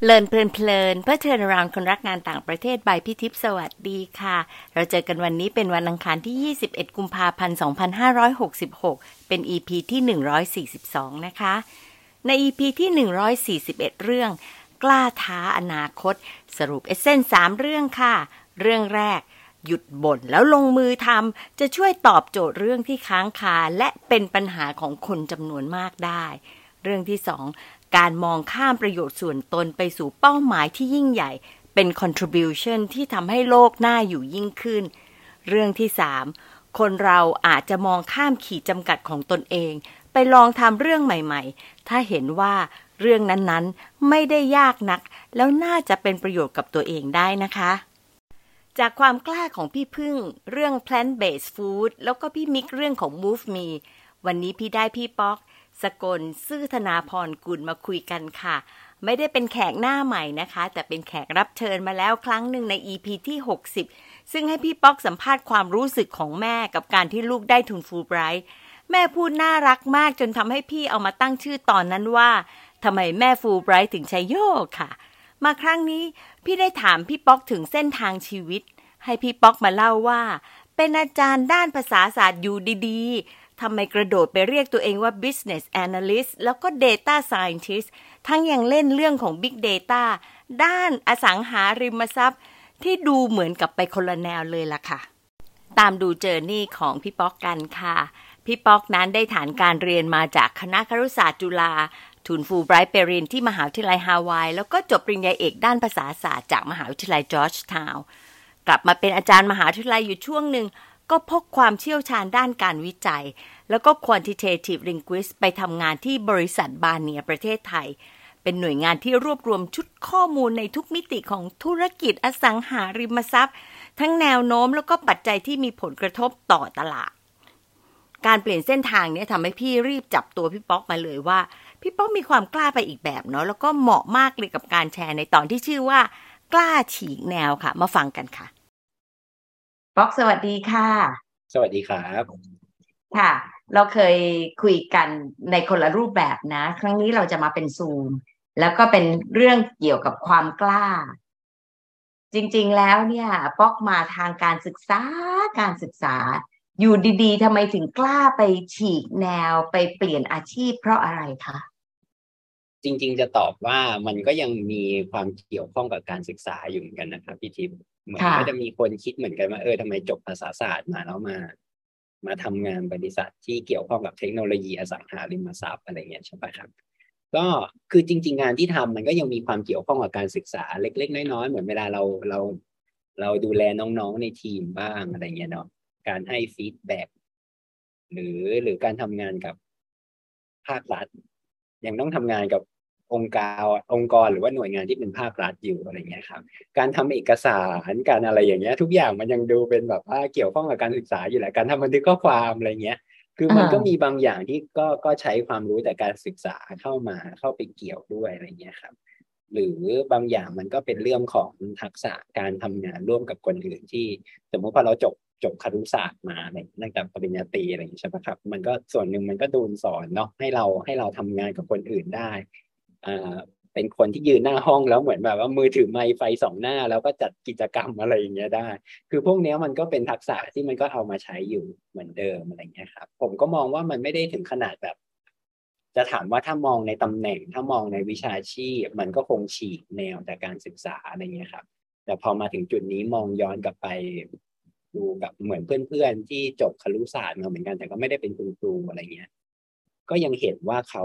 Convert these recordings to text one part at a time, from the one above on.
ลินเพลินเพลินเพื่อเทิร์นอราวด์คนรักงานต่างประเทศบายพี่ทิพย์สวัสดีค่ะเราเจอกันวันนี้เป็นวันอังคารที่21กุมภาพันธ์2566เป็น EP ที่142นะคะใน EP ที่141เรื่องกล้าท้าอนาคตสรุปเอเซนส์3เรื่องค่ะเรื่องแรกหยุดบ่นแล้วลงมือทำจะช่วยตอบโจทย์เรื่องที่ค้างคาและเป็นปัญหาของคนจำนวนมากได้เรื่องที่2การมองข้ามประโยชน์ส่วนตนไปสู่เป้าหมายที่ยิ่งใหญ่เป็น contribution ที่ทำให้โลกน่าอยู่ยิ่งขึ้นเรื่องที่3คนเราอาจจะมองข้ามขีดจำกัดของตนเองไปลองทำเรื่องใหม่ๆถ้าเห็นว่าเรื่องนั้นๆไม่ได้ยากนักแล้วน่าจะเป็นประโยชน์กับตัวเองได้นะคะจากความกล้าของพี่พึ่งเรื่อง plant based food แล้วก็พี่มิกเรื่องของ move me วันนี้พี่ได้พี่ป๊อกสกลซื่อธนาพรกุลมาคุยกันค่ะไม่ได้เป็นแขกหน้าใหม่นะคะแต่เป็นแขกรับเชิญมาแล้วครั้งหนึ่งใน EP ที่60ซึ่งให้พี่ป๊อกสัมภาษณ์ความรู้สึกของแม่กับการที่ลูกได้ทุนฟูลไบรท์แม่พูดน่ารักมากจนทำให้พี่เอามาตั้งชื่อตอนนั้นว่าทำไมแม่ฟูลไบรท์ถึงใช้โยกค่ะมาครั้งนี้พี่ได้ถามพี่ป๊อกถึงเส้นทางชีวิตให้พี่ป๊อกมาเล่าว่าเป็นอาจารย์ด้านภาษาศาสตร์อยู่ดีๆทำไมกระโดดไปเรียกตัวเองว่า business analyst แล้วก็ data scientist ทั้งยังเล่นเรื่องของ big data ด้านอสังหาริมทรัพย์ที่ดูเหมือนกับไปคนละแนวเลยล่ะค่ะตามดูเจอร์นี่ของพี่ป๊อกกันค่ะพี่ป๊อกนั้นได้ฐานการเรียนมาจากคณะครุศาสตร์จุฬาทุนฟูลไบรท์ไปเรียนที่มหาวิทยาลัยฮาวายแล้วก็จบปริญญาเอกด้านภาษาศาสตร์จากมหาวิทยาลัยจอร์จทาวน์กลับมาเป็นอาจารย์มหาวิทยาลัยอยู่ช่วงหนึ่งก็พกความเชี่ยวชาญด้านการวิจัยแล้วก็ quantitative linguist ไปทำงานที่บริษัทบาเนียประเทศไทยเป็นหน่วยงานที่รวบรวมชุดข้อมูลในทุกมิติของธุรกิจอสังหาริมทรัพย์ทั้งแนวโน้มแล้วก็ปัจจัยที่มีผลกระทบต่อตลาดการเปลี่ยนเส้นทางนี้ทำให้พี่รีบจับตัวพี่ป๊อกมาเลยว่าพี่ป๊อกมีความกล้าไปอีกแบบเนาะแล้วก็เหมาะมากเลยกับการแชร์ในตอนที่ชื่อว่ากล้าฉีกแนวค่ะมาฟังกันค่ะป๊อกสวัสดีค่ะสวัสดีครับค่ะเราเคยคุยกันในคนละรูปแบบนะครั้งนี้เราจะมาเป็นซูมแล้วก็เป็นเรื่องเกี่ยวกับความกล้าจริงๆแล้วเนี่ยป๊อกมาทางการศึกษาอยู่ดีๆทำไมถึงกล้าไปฉีกแนวไปเปลี่ยนอาชีพเพราะอะไรคะจริงๆจะตอบว่ามันก็ยังมีความเกี่ยวข้องกับการศึกษาอยู่เหมือนกันนะครับพี่ทิพย์เหมือนก็จะมีคนคิดเหมือนกันว่าทำไมจบภาษาศาสตร์มาแล้วมาทำงานบริษัทที่เกี่ยวข้องกับเทคโนโลยีอสังหาริมทรัพย์อะไรเงี้ยใช่ไหมครับก็คือจริงๆงานที่ทำมันก็ยังมีความเกี่ยวข้องกับการศึกษาเล็กๆน้อยๆเหมือนเวลาเราดูแลน้องๆในทีมบ้างอะไรเงี้ยเนาะการให้ฟีดแบ็กหรือการทำงานกับภาครัฐยังต้องทำงานกับองค์กรหรือว่าหน่วยงานที่เป็นภาครัฐอยู่อะไรเงี้ยครับการทำเอกสารการอะไรอย่างเงี้ยทุกอย่างมันยังดูเป็นแบบว่าเกี่ยวข้องกับการศึกษาอยู่แหละการทำบันทึกข้อความอะไรเงี้ยคือมันก็มีบางอย่างที่ก็ใช้ความรู้แต่การศึกษาเข้าไปเกี่ยวด้วยอะไรเงี้ยครับหรือบางอย่างมันก็เป็นเรื่องของทักษะการทำงานร่วมกับคนอื่นที่สมมติพอเราจบครุศาสตร์มาอะไรตั้งแต่ปริญญาตรีอะไรอย่างนี้ใช่ไหมครับมันก็ส่วนหนึ่งมันก็โดนสอนเนาะให้เราทำงานกับคนอื่นได้เป็นคนที่ยืนหน้าห้องแล้วเหมือนแบบว่ามือถือไมค์ไฟสองหน้าแล้วก็จัดกิจกรรมอะไรอย่างเงี้ยได้คือพวกนี้มันก็เป็นทักษะที่มันก็เอามาใช้อยู่เหมือนเดิมอะไรเงี้ยครับผมก็มองว่ามันไม่ได้ถึงขนาดแบบจะถามว่าถ้ามองในตำแหน่งถ้ามองในวิชาชีพมันก็คงฉีกแนวจากการศึกษาอะไรเงี้ยครับแต่พอมาถึงจุดนี้มองย้อนกลับไปดูกับเหมือนเพื่อนๆที่จบครุศาสตร์มาเหมือนกันแต่ก็ไม่ได้เป็นคุณครูอะไรเงี้ยก็ยังเห็นว่าเขา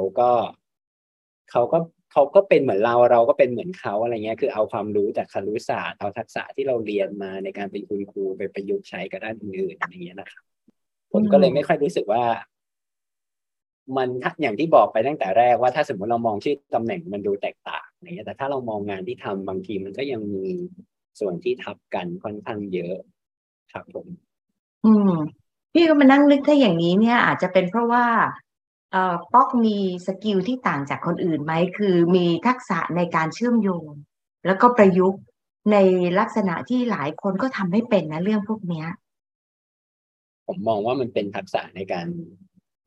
ก็เป็นเหมือนเราก็เป็นเหมือนเขาอะไรเงี้ยคือเอาความรู้จากครุศาสตร์เอาทักษะที่เราเรียนมาในการเป็นคุณครูไปประยุกต์ใช้กับด้านอื่นๆอะไรเงี้ยนะครับผมก็เลยไม่ค่อยรู้สึกว่ามันอย่างที่บอกไปตั้งแต่แรกว่าถ้าสมมติเรามองชื่อตำแหน่งมันดูแตกต่างอะไรเงี้ยแต่ถ้าเรามองงานที่ทำบางทีมันก็ยังมีส่วนที่ทับกันค่อนข้างเยอะครับผมพี่ก็มานั่งนึกถ้าอย่างนี้เนี่ยอาจจะเป็นเพราะว่าป๊อกมีสกิลที่ต่างจากคนอื่นไหมคือมีทักษะในการเชื่อมโยงแล้วก็ประยุกต์ในลักษณะที่หลายคนก็ทำไม่เป็นนะเรื่องพวกเนี้ยผมมองว่ามันเป็นทักษะในการ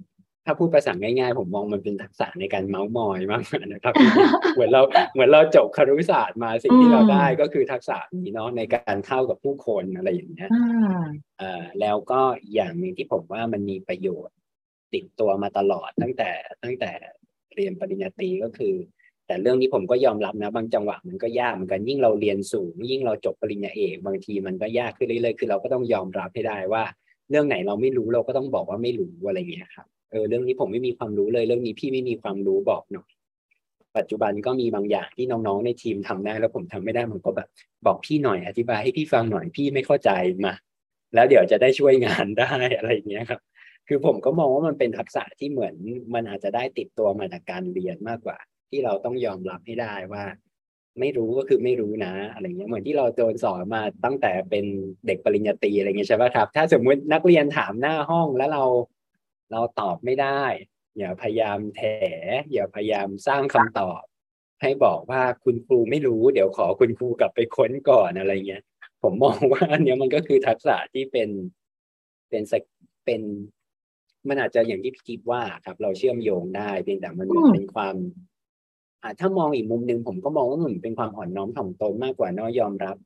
ถ้าพูดภาษาง่ายๆผมมองมันเป็นทักษะในการเม้าท์มอยมากกว่านะครับพี่ทิพย์เหมือนเราจบครุศาสตร์มาสิ่อืงที่เราได้ก็มคือทักษะนี้เนาะในการเข้ากับผู้คนอะไรอย่างเงี้ยอืมแล้วก็อย่างหนึ่งที่ผมว่ามันมีประโยชน์ติดตัวมาตลอดตั้งแต่เรียนปริญญาตรีก็คือแต่เรื่องนี้ผมก็ยอมรับนะบางจังหวะมันก็ยากเหมือนกันยิ่งเราเรียนสูงยิ่งเราจบปริญญาเอกบางทีมันก็ยากขึ้นเรื่อยๆคือเราก็ต้องยอมรับให้ได้ว่าเรื่องไหนเราไม่รู้เราก็ต้องบอกว่าไม่รู้อะไรเงี้ยครับเรื่องนี้ผมไม่มีความรู้เลยเรื่องนี้พี่ไม่มีความรู้บอกหน่อยปัจจุบันก็มีบางอย่างที่น้องๆในทีมทำได้แล้วผมทำไม่ได้มันก็แบบบอกพี่หน่อยอธิบายให้พี่ฟังหน่อยพี่ไม่เข้าใจมา แล้วเดี๋ยวจะได้ช่วยงานได้อะไรอย่างเงี้ยครับคือผมก็มองว่ามันเป็นทักษะที่เหมือนมันอาจจะได้ติดตัวมาจากการเรียนมากกว่าที่เราต้องยอมรับให้ได้ว่าไม่รู้ก็คือไม่รู้นะอะไรเงี้ยเหมือนที่เราโดนสอนมาตั้งแต่เป็นเด็กปริญญาตรีอะไรเงี้ยใช่ไหมครับถ้าสมมุตินักเรียนถามหน้าห้องแล้วเราตอบไม่ได้อย่าพยายามแถอย่าพยายามสร้างคำตอบให้บอกว่าคุณครูไม่รู้เดี๋ยวขอคุณครูกลับไปค้นก่อนอะไรเงี้ย ผมมองว่าอันเนี้ยมันก็คือทักษะที่เป็นสักเป็นมันอาจจะอย่างที่พี่กิ๊บว่าครับเราเชื่อมโยงได้เพียงแต่มันเหมือนอืมเป็นความถ้ามองอีกมุมหนึ่งผมก็มองว่ามันเป็นความอ่อนน้อมถ่อมตนมากกว่าเนาะ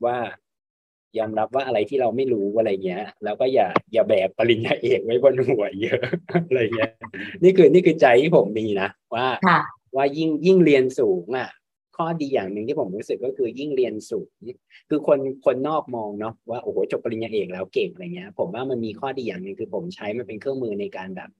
ยอมรับว่าอะไรที่เราไม่รู้อะไรเงี้ยแล้วก็อย่าแบกปริญญาเอกไว้บนหัวเยอะอะไรเงี้ยนี่คือใจที่ผมมีนะว่าค่ะว่ายิ่งเรียนสูงอ่ะข้อดีอย่างหนึ่งที่ผมรู้สึกก็คือยิ่งเรียนสูง คือคนนอกมองเนาะว่าโอ้โหจบปริญญาเอกแล้วเก่งอะไรเงี้ยผมว่ามันมีข้อดีอย่างหนึ่งคือผมใช้มันเป็นเครื่องมือในการแบบ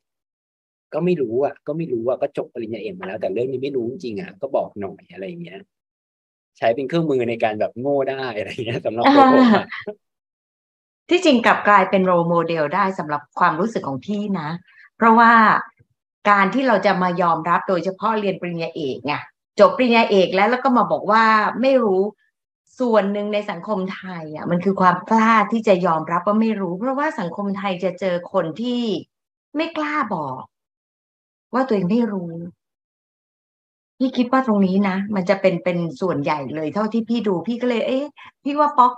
ก็ไม่รู้อ่ะก็จบปริญญาเอกมาแล้วแต่เรื่องนี้ไม่รู้จริงอ่ะก็บอกหน่อยอะไรเงี้ยใช้เป็นเครื่องมือในการแบบโง่ได้อะไรเงี้ยสำหรับอ่ตัวผมอ่ะาที่จริงกลับกลายเป็นโรลโมเดลได้สำหรับความรู้สึกของพี่นะเพราะว่าการที่เราจะมายอมรับโดยเฉพาะเรียนปริญญาเอกไงจบปริญญาเอกแล้วก็มาบอกว่าไม่รู้ส่วนหนึ่งในสังคมไทยมันคือความกล้าที่จะยอมรับว่าไม่รู้เพราะว่าสังคมไทยจะเจอคนที่ไม่กล้าบอกว่าตัวเองไม่รู้ พี่คิดว่าตรงนี้นะมันจะเป็นส่วนใหญ่เลยเท่าที่พี่ดูพี่ก็เลยพี่ว่าป๊อก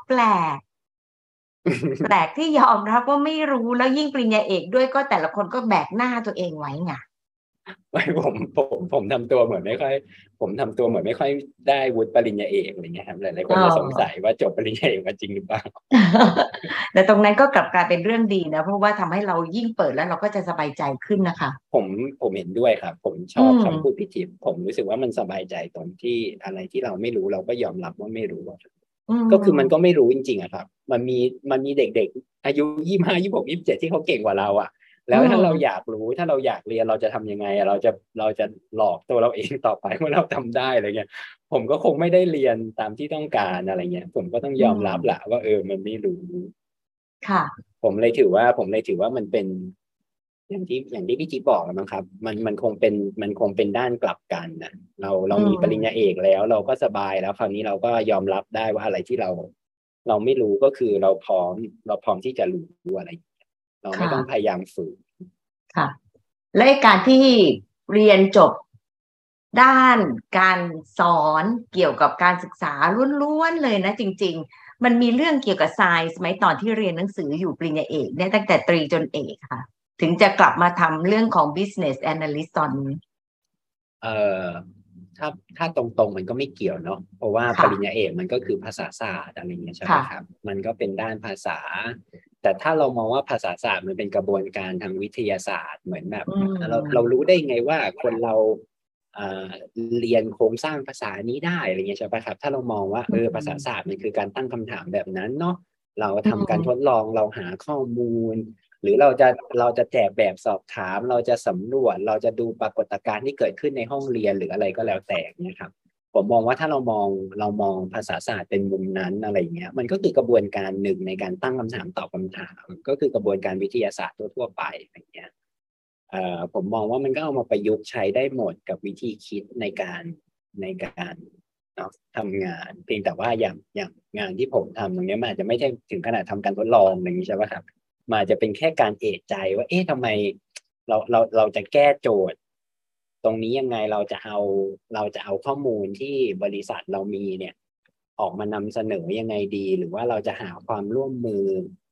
แปลกที่ยอมรับว่าไม่รู้แล้วยิ่งปริญญาเอกด้วยก็แต่ละคนก็แบกหน้าตัวเองไว้ไงไม่ผมทำตัวเหมือนไม่ค่อยผมทำตัวเหมือนไม่ค่อยได้วุฒิปริญญาเอกอะไรเงี้ยครับหลายๆคเอนจะสงสัยอว่าจบปริญญาเอกมาจริงหรือเปล่าแต่ตรงนั้นก็กลับกลายเป็นเรื่องดีนะเพราะว่าทำให้เรายิ่งเปิดแล้วเราก็จะสบายใจขึ้นนะคะผมผมเห็นด้วยครับผมชอือบคำพูดมพิธีผมรู้สึกว่ามันสบายใจตรงที่อะไรที่เราไม่รู้เราก็ยอมรับว่าไม่รู้อะอืก็คือมันก็มไม่รู้จริงๆอะครับมันมีเด็กๆอายุ25 26 27ที่เขาเก่งกว่าเราอะอืแล้วถ้าเราอยากมรู้ถ้าเราอยากเรียนเราจะทำยังไงอะเราจะหลอกตัวเราเองต่อไปว่าเราทำได้อะไรเงี้ยผมก็คงไม่ได้เรียนตามที่ต้องการอะไรเงี้ยผมก็ต้องอืยอมรับแหละมว่ามันไม่รู้ค่ะผมเลยถือว่ามันเป็นอย่างที่พี่จิ๊บบอกมั้งครับมันคงเป็นด้านกลับกันนะเราอืมีปริญญาเอมกแล้วเราก็สบายแล้วคราวนี้เราก็ยอมรับได้ว่าอะไรที่เราไม่รู้ก็คือเราพร้อมที่จะรู้อะไรเราไม่ต้องพค่ะยายามฝืนค่ะ และไอ้การที่เรียนจบด้านการสอนเกี่ยวกับการศึกษาล้วนๆเลยนะจริงๆมันมีเรื่องเกี่ยวกับไซน์ไหมตอนที่เรียนหนังสืออยู่ปริญญาเอกเนี่ยตั้งแต่ตรีจนเอกค่ะถึงจะกลับมาทำเรื่องของ business analyst ตอนนี้เอ่อถ้าตรงๆมันก็ไม่เกี่ยวเนาะเพราะว่าปริญญาค่ะเอกมันก็คือภาษาศาสตร์อะไรเงี้ยใช่ไหมครับค่ะมันก็เป็นด้านภาษาแต่ถ้าเรามองว่าภาษาศาสตร์มันเป็นกระบวนการทางวิทยาศาสตร์เหมือนแบบอืเรามรู้ได้ไงว่าคนเราเอ่อเรียนโครงสร้างภาษานี้ได้อะไรเงี้ยใช่ไหมครับถ้าเรามองว่าอืภาษาศาสตมร์มันคือการตั้งคำถามแบบนั้นเนาะเราอืทำการทดมลองเราหาข้อมูล หรือเราจะแจกแบบสอบถามเราจะสำรวจเราจะดูปรากฏการณ์ที่เกิดขึ้นในห้องเรียนหรืออะไรก็แล้วแต่เนี่ยครับผมมองว่าถ้าเรามองภาษาศาสตร์เป็นมุมนั้นอะไรเงี้ยมันก็คือกระบวนการหนึ่งในการตั้งคำถามตอบคำถามก็คือกระบวนการวิทยาศาสตร์ทั่วๆไปอะไรเงี้ยผมมองว่ามันก็เอามาประยุกต์ใช้ได้หมดกับวิธีคิดในการเนาะทำงานเพียงแต่ว่าอย่างงานที่ผมทำตรงนี้มันอาจจะไม่ใช่ถึงขนาดทำการทดลองอย่างนี้ใช่ไหมครับ มันอาจจะเป็นแค่การเอะใจว่าเอ๊ะทำไมเราจะแก้โจทย์ตรงนี้ยังไงเราจะเอาข้อมูลที่บริษัทเรามีเนี่ยออกมานำเสนอยังไงดีหรือว่าเราจะหาความร่วมมือ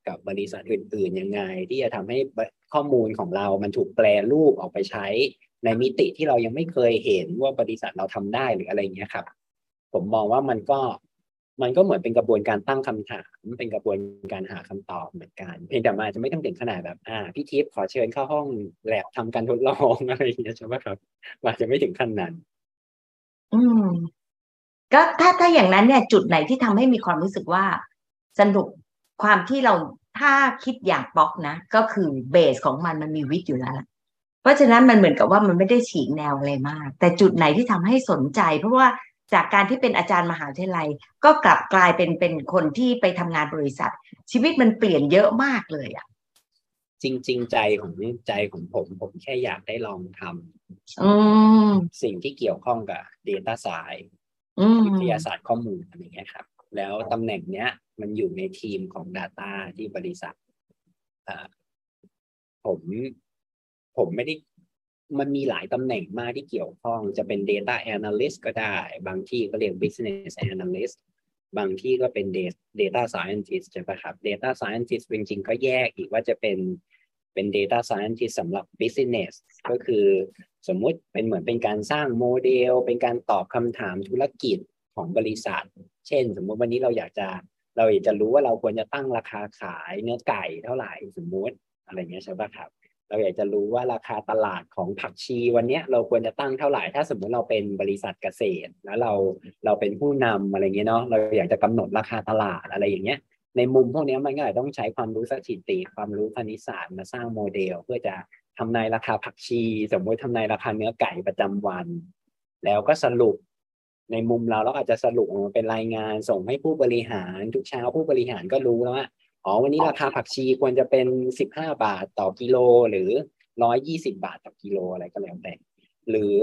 กับบริษัทอื่นๆยังไงที่จะทำให้ข้อมูลของเรามันถูกแปลรูปออกไปใช้ในมิติที่เรายังไม่เคยเห็นว่าบริษัทเราทำได้หรืออะไรเงี้ยครับผมมองว่ามันก็เหมือนเป็นกระบวนการตั้งคำถามเป็นกระบวนการหาคำตอบเหมือนกันเพียงแต่มันอาจจะไม่ต้องถึงขนาดแบบพี่ทิพย์ขอเชิญเข้าห้องแลบทำการทดลองอะไรอย่างเงี้ยใช่ไหมครับมันอาจจะไม่ถึงขั้นนั้นอืมก็ถ้าอย่างนั้นเนี่ยจุดไหนที่ทำให้มีความรู้สึกว่าสนุกความที่เราถ้าคิดอย่างป๊อกนะก็คือเบสของมันมีวิทย์อยู่แล้วล่ะเพราะฉะนั้นมันเหมือนกับว่ามันไม่ได้ฉีกแนวอะไรมากแต่จุดไหนที่ทำให้สนใจเพราะว่าจากการที่เป็นอาจารย์มหาวิทยาลัยก็กลับกลายเป็นคนที่ไปทำงานบริษัทชีวิตมันเปลี่ยนเยอะมากเลยอ่ะจริงๆใจของผมแค่อยากได้ลองทอืมำสิ่งที่เกี่ยวข้องกับ Data Science อืวิทยาศามสตร์ข้อมูลอะไรเงี้ยครับแล้วตำแหน่งเนี้ยมันอยู่ในทีมของ Data ที่บริษัทอ่าผมผมไม่ได้มันมีหลายตำแหน่งมากที่เกี่ยวข้องจะเป็น Data Analyst ก็ได้บางที่ก็เรียก Business Analyst บางที่ก็เป็น Data Scientist ใช่ปะครับ Data Scientist จริงๆก็แยกอีกว่าจะเป็น Data Scientist สำหรับ Business ก็คือสมมุติเป็นเหมือนเป็นการสร้างโมเดลเป็นการตอบคำถามธุรกิจของบริษัทเช่นสมมุติวันนี้เราอยากจะรู้ว่าเราควรจะตั้งราคาขายเนื้อไก่เท่าไหร่สมมุติอะไรเงี้ยใช่ปะครับเราอยากจะรู้ว่าราคาตลาดของผักชีวันนี้เราควรจะตั้งเท่าไหร่ถ้าสมมุติเราเป็นบริษัทเกษตรแล้วเราเป็นผู้นำอะไรเงี้ยเนาะเราอยากจะกำหนดราคาตลาดอะไรอย่างเงี้ยในมุมพวกนี้มันก็อาจจะต้องใช้ความรู้สถิติความรู้คณิตศาสตร์มาสร้างโมเดลเพื่อจะทำนายราคาผักชีสมมติทำนายราคาเนื้อไก่ประจำวันแล้วก็สรุปในมุมเราอาจจะสรุปออกมาเป็นรายงานส่งให้ผู้บริหารทุกเช้าผู้บริหารก็รู้แล้วว่าวันนี้ราคาผักชีควรจะเป็น15 บาทต่อกิโลหรือ120 บาทต่อกิโลอะไรก็แล้วแต่หรือ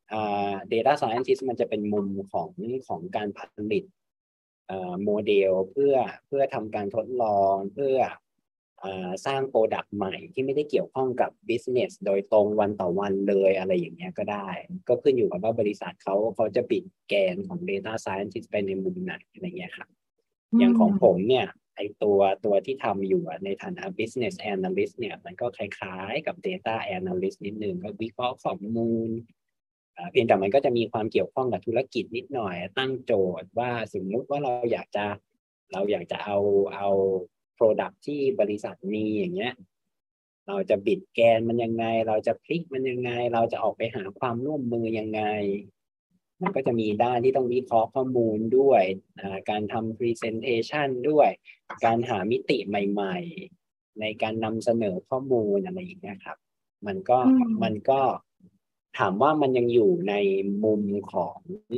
data scientist มันจะเป็นมุมของการผลิตโมเดลเพื่อทำการทดลองเพื่อสร้างโปรดักต์ใหม่ที่ไม่ได้เกี่ยวข้องกับ business โดยตรงวันต่อวันเลยอะไรอย่างเงี้ยก็ได้ก็ขึ้นอยู่กับว่าบริษัทเขาจะปิดแกนของ data scientist ไปในมุมไหนอะไรเงี้ยครับอือย่างของผมมเนี่ยไอตัวที่ทำอยู่ในฐานะ business analyst เนี่ยมันก็คล้ายๆกับ data analyst นิดนึงก็วิเคราะห์ข้อมูลเพียงแต่มันก็จะมีความเกี่ยวข้องกับธุรกิจนิดหน่อยตั้งโจทย์ว่าสมมุติว่าเราอยากจะเอา product ที่บริษัทมีอย่างเงี้ยเราจะบิดแกนมันยังไงเราจะพลิกมันยังไงเราจะออกไปหาความร่วมมือยังไงมันก็จะมีด้านที่ต้องวิเคราะห์ข้อมูลด้วยการทำ presentation ด้วยการหามิติใหม่ๆในการนำเสนอข้อมูลอะไรอย่างเงี้ยครับมันก็อืมันมก็ถามว่ามันยังอยู่ในมุมของ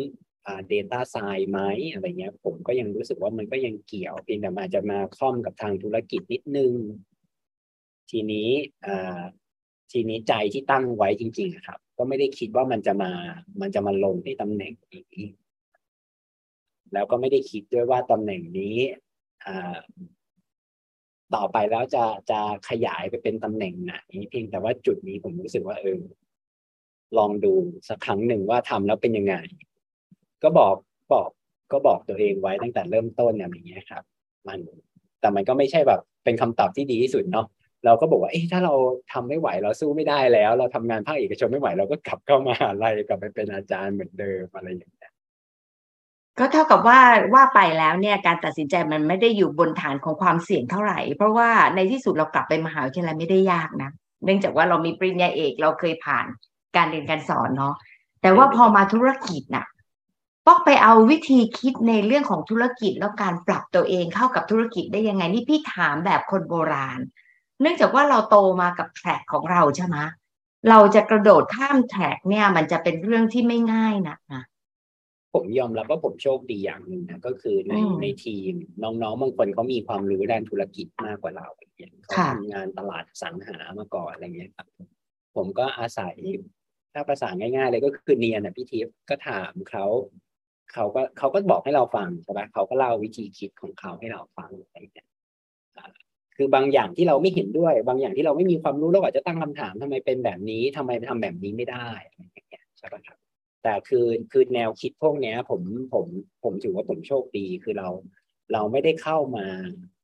data science ไหมอะไรเงี้ยผมก็ยังรู้สึกว่ามันก็ยังเกี่ยวเพียงแต่มันอาจจะมาค่อมกับทางธุรกิจนิดนึงทีนี้อ่าทีนี้ใจที่ตั้งไว้จริงๆครับก็ไม่ได้คิดว่ามันจะมาลงในตำแหน่งนี้แล้วก็ไม่ได้คิดด้วยว่าตำแหน่งนี้อ่าต่อไปแล้วจะขยายไปเป็นตำแหน่งไหนเพียงแต่ว่าจุดนี้ผมรู้สึกว่าลองดูสักครั้งหนึ่งว่าทำแล้วเป็นยังไงก็บอกบอกตัวเองไว้ตั้งแต่เริ่มต้นเนี่ยอย่างเงี้ยครับมันแต่มันก็ไม่ใช่แบบเป็นคำตอบที่ดีที่สุดเนาะเราก็บอกว่าถ้าเราทำไม่ไหวเราสู้ไม่ได้แล้วเราทำงานภาคเอกชนไม่ไหวเราก็กลับเข้ามหาลัยกลับไปเป็นอาจารย์เหมือนเดิมอะไรอย่างเงี้ยก็เท่ากับว่าไปแล้วเนี่ยการตัดสินใจมันไม่ได้อยู่บนฐานของความเสี่ยงเท่าไหร่เพราะว่าในที่สุดเรากลับไปมหาวิทยาลัยไม่ได้ยากนะเนื่องจากว่าเรามีปริญญาเอกเราเคยผ่านการเรียนการสอนเนาะแต่ว่าพอมาธุรกิจน่ะต้องไปเอาวิธีคิดในเรื่องของธุรกิจแล้วการปรับตัวเองเข้ากับธุรกิจได้ยังไงนี่พี่ถามแบบคนโบราณเนื่องจากว่าเราโตมากับแทร็กของเราใช่ไหมเราจะกระโดดข้ามแทร็กเนี่ยมันจะเป็นเรื่องที่ไม่ง่ายนะผมยอมรับว่าผมโชคดีอย่างหนึ่งนะก็คืออืในมทีมน้องๆบางคนเขามีความรู้ด้านธุรกิจมากกว่าเราอย่างเงี้ยเขาค่ะทำงานตลาดสังหามาก่อนอะไรเงี้ยครับผมก็อาศัยถ้าภาษาง่ายๆเลยก็คือเนียนนะพี่ทิพย์ก็ถามเขาก็บอกให้เราฟังใช่ไหมเขาก็เล่าวิธีคิดของเขาให้เราฟังอะไรเงี้ย คือบางอย่างที่เราไม่เห็นด้วยบางอย่างที่เราไม่มีความรู้เราอาจจะตั้งคำถามทำไมเป็นแบบนี้ทำไมทำแบบนี้ไม่ได้อะไรอย่างเงี้ยใช่ปะครับแต่คือแนวคิดพวกเนี้ยผมผมถือว่าผมโชคดีคือเราไม่ได้เข้ามา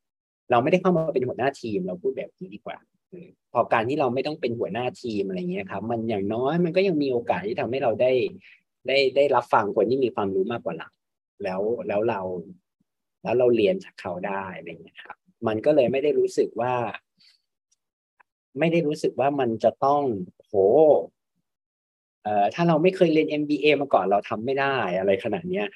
เราไม่ได้เข้ามาเป็นหัวหน้าทีมเราพูดแบบนี้ดีกว่าพอการที่เราไม่ต้องเป็นหัวหน้าทีมอะไรเงี้ยครับมันอย่างน้อยมันก็ยังมีโอกาสที่ทำให้เราได้รับฟังคนที่มีความรู้มากกว่าเราแล้วเราเรียนจากเขาได้อะไรเงี้ยครับมันก็เลยไม่ได้รู้สึกว่ามันจะต้องโหถ้าเราไม่เคยเรียน MBA มาก่อนเราทำไม่ได้อะไรขนาดเนี้ย